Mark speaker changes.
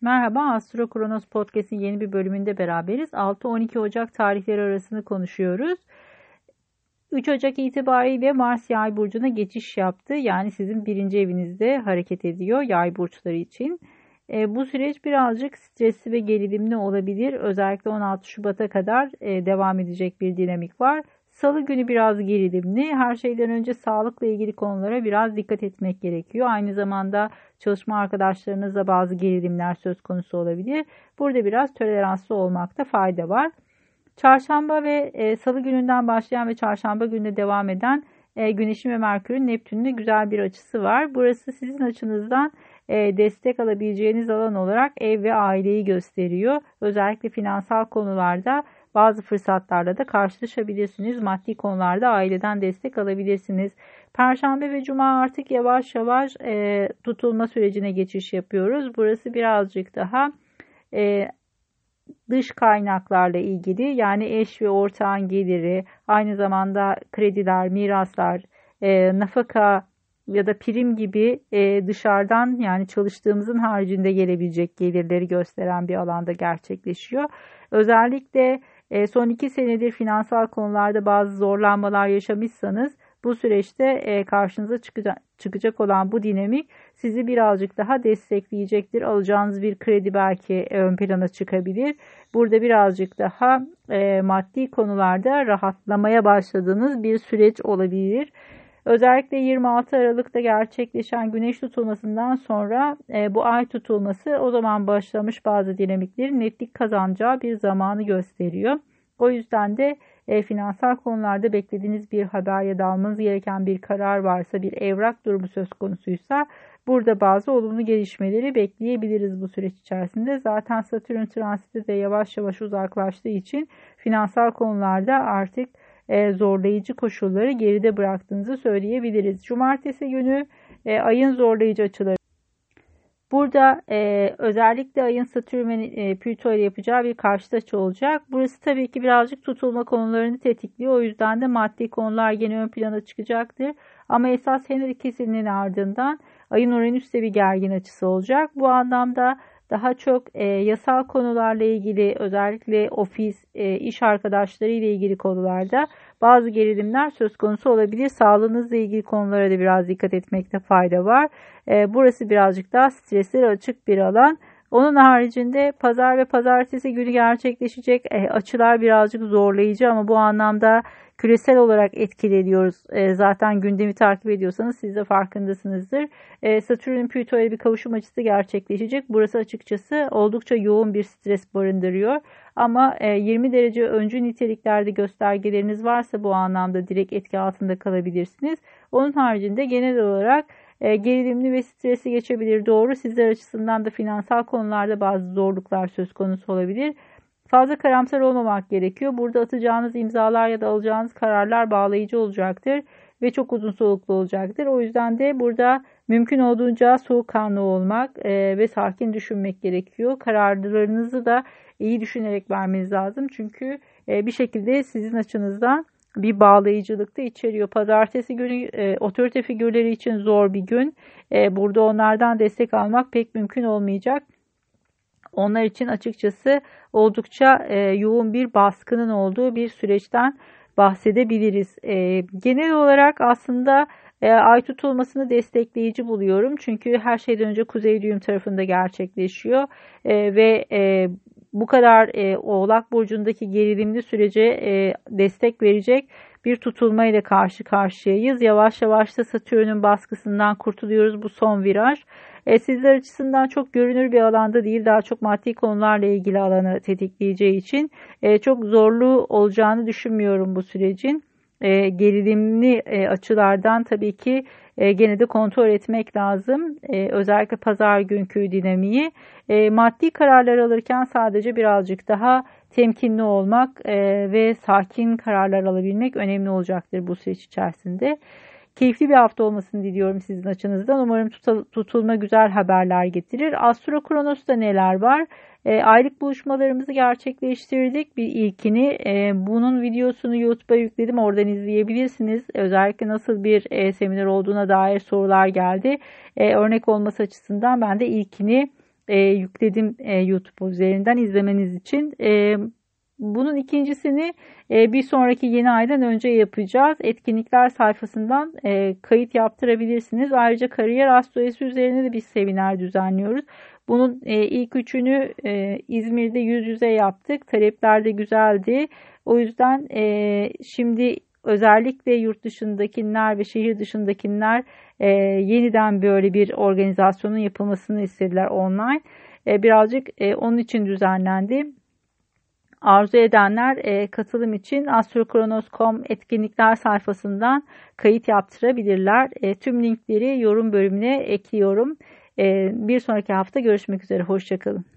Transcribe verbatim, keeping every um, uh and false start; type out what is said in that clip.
Speaker 1: Merhaba, Astro Kronos Podcast'in yeni bir bölümünde beraberiz. altı on iki Ocak tarihleri arasını konuşuyoruz. üç Ocak itibariyle Mars Yay burcuna geçiş yaptı. Yani sizin birinci evinizde hareket ediyor Yay burçları için. E, bu süreç birazcık stresli ve gerilimli olabilir. Özellikle on altı Şubat'a kadar e, devam edecek bir dinamik var. Salı günü biraz gerilimli. Her şeyden önce sağlıkla ilgili konulara biraz dikkat etmek gerekiyor. Aynı zamanda çalışma arkadaşlarınızla bazı gerilimler söz konusu olabilir. Burada biraz toleranslı olmakta fayda var. Çarşamba ve e, Salı gününden başlayan ve Çarşamba gününe devam eden e, Güneş'in ve Merkür'ün Neptün'le güzel bir açısı var. Burası sizin açınızdan e, destek alabileceğiniz alan olarak ev ve aileyi gösteriyor. Özellikle finansal konularda bazı fırsatlarla da karşılaşabilirsiniz. Maddi konularda aileden destek alabilirsiniz. Perşembe ve Cuma artık yavaş yavaş e, tutulma sürecine geçiş yapıyoruz. Burası birazcık daha e, dış kaynaklarla ilgili, yani eş ve ortağın geliri, aynı zamanda krediler, miraslar, e, nafaka ya da prim gibi e, dışarıdan, yani çalıştığımızın haricinde gelebilecek gelirleri gösteren bir alanda gerçekleşiyor. Özellikle e, son iki senedir finansal konularda bazı zorlanmalar yaşamışsanız bu süreçte e, karşınıza çıkacak, çıkacak olan bu dinamik sizi birazcık daha destekleyecektir. Alacağınız bir kredi belki ön plana çıkabilir. Burada birazcık daha e, maddi konularda rahatlamaya başladığınız bir süreç olabilir. Özellikle yirmi altı Aralık'ta gerçekleşen güneş tutulmasından sonra e, bu ay tutulması o zaman başlamış bazı dinamiklerin netlik kazanacağı bir zamanı gösteriyor. O yüzden de e, finansal konularda beklediğiniz bir haber ya da almanız gereken bir karar varsa, bir evrak durumu söz konusuysa burada bazı olumlu gelişmeleri bekleyebiliriz bu süreç içerisinde. Zaten Satürn transiti de yavaş yavaş uzaklaştığı için finansal konularda artık e, zorlayıcı koşulları geride bıraktığınızı söyleyebiliriz. Cumartesi günü e, ayın zorlayıcı açıları. Burada e, özellikle ayın Satürn ve e, Plüto ile yapacağı bir karşıt açı olacak. Burası tabii ki birazcık tutulma konularını tetikliyor. O yüzden de maddi konular gene ön plana çıkacaktır. Ama esas Henry ikisinin ardından ayın Uranüs'le bir gergin açısı olacak. Bu anlamda daha çok e, yasal konularla ilgili, özellikle ofis, e, iş arkadaşları ile ilgili konularda bazı gerilimler söz konusu olabilir. Sağlığınızla ilgili konulara da biraz dikkat etmekte fayda var. E, burası birazcık daha stresli açık bir alan. Onun haricinde pazar ve pazartesi günü gerçekleşecek e, açılar birazcık zorlayıcı ama bu anlamda küresel olarak etkileniyoruz. E, zaten gündemi takip ediyorsanız siz de farkındasınızdır. E, Satürn'ün Plüto ile bir kavuşum açısı gerçekleşecek. Burası açıkçası oldukça yoğun bir stres barındırıyor. Ama e, yirmi derece öncü niteliklerde göstergeleriniz varsa bu anlamda direkt etki altında kalabilirsiniz. Onun haricinde genel olarak e, gerilimli ve stresi geçebilir. Doğru, sizler açısından da finansal konularda bazı zorluklar söz konusu olabilir. Fazla karamsar olmamak gerekiyor. Burada atacağınız imzalar ya da alacağınız kararlar bağlayıcı olacaktır ve çok uzun soluklu olacaktır. O yüzden de burada mümkün olduğunca soğukkanlı olmak e, ve sakin düşünmek gerekiyor. Kararlarınızı da iyi düşünerek vermeniz lazım. Çünkü e, bir şekilde sizin açınızdan bir bağlayıcılık da içeriyor. Pazartesi günü e, otorite figürleri için zor bir gün. E, burada onlardan destek almak pek mümkün olmayacak. Onlar için açıkçası oldukça e, yoğun bir baskının olduğu bir süreçten bahsedebiliriz. E, genel olarak aslında e, ay tutulmasını destekleyici buluyorum. Çünkü her şeyden önce Kuzey Düğüm tarafında gerçekleşiyor e, ve e, bu kadar e, Oğlak Burcu'ndaki gerilimli sürece e, destek verecek bir tutulma ile karşı karşıyayız. Yavaş yavaş da Satürn'ün baskısından kurtuluyoruz, bu son viraj. E, sizler açısından çok görünür bir alanda değil, daha çok maddi konularla ilgili alanı tetikleyeceği için e, çok zorlu olacağını düşünmüyorum bu sürecin. E, gerilimli e, açılardan tabii ki e, gene de kontrol etmek lazım. E, özellikle pazar günkü dinamiği. E, maddi kararlar alırken sadece birazcık daha temkinli olmak e, ve sakin kararlar alabilmek önemli olacaktır bu süreç içerisinde. Keyifli bir hafta olmasını diliyorum sizin açınızdan. Umarım tutulma güzel haberler getirir. Astro Kronos'ta neler var? E, aylık buluşmalarımızı gerçekleştirdik. Bir ilkini. E, bunun videosunu YouTube'a yükledim. Oradan izleyebilirsiniz. Özellikle nasıl bir e, seminer olduğuna dair sorular geldi. E, örnek olması açısından ben de ilkini e, yükledim e, YouTube üzerinden izlemeniz için. E, bunun ikincisini e, bir sonraki yeni aydan önce yapacağız. Etkinlikler sayfasından e, kayıt yaptırabilirsiniz. Ayrıca kariyer astrolojisi üzerine de bir seminer düzenliyoruz. Bunun e, ilk üçünü e, İzmir'de yüz yüze yaptık. Talepler de güzeldi. O yüzden e, şimdi özellikle yurt dışındakiler ve şehir dışındakiler e, yeniden böyle bir organizasyonun yapılmasını istediler online. E, birazcık e, onun için düzenlendi. Arzu edenler e, katılım için astrokronos nokta com etkinlikler sayfasından kayıt yaptırabilirler. E, tüm linkleri yorum bölümüne ekliyorum. E, bir sonraki hafta görüşmek üzere. Hoşça kalın.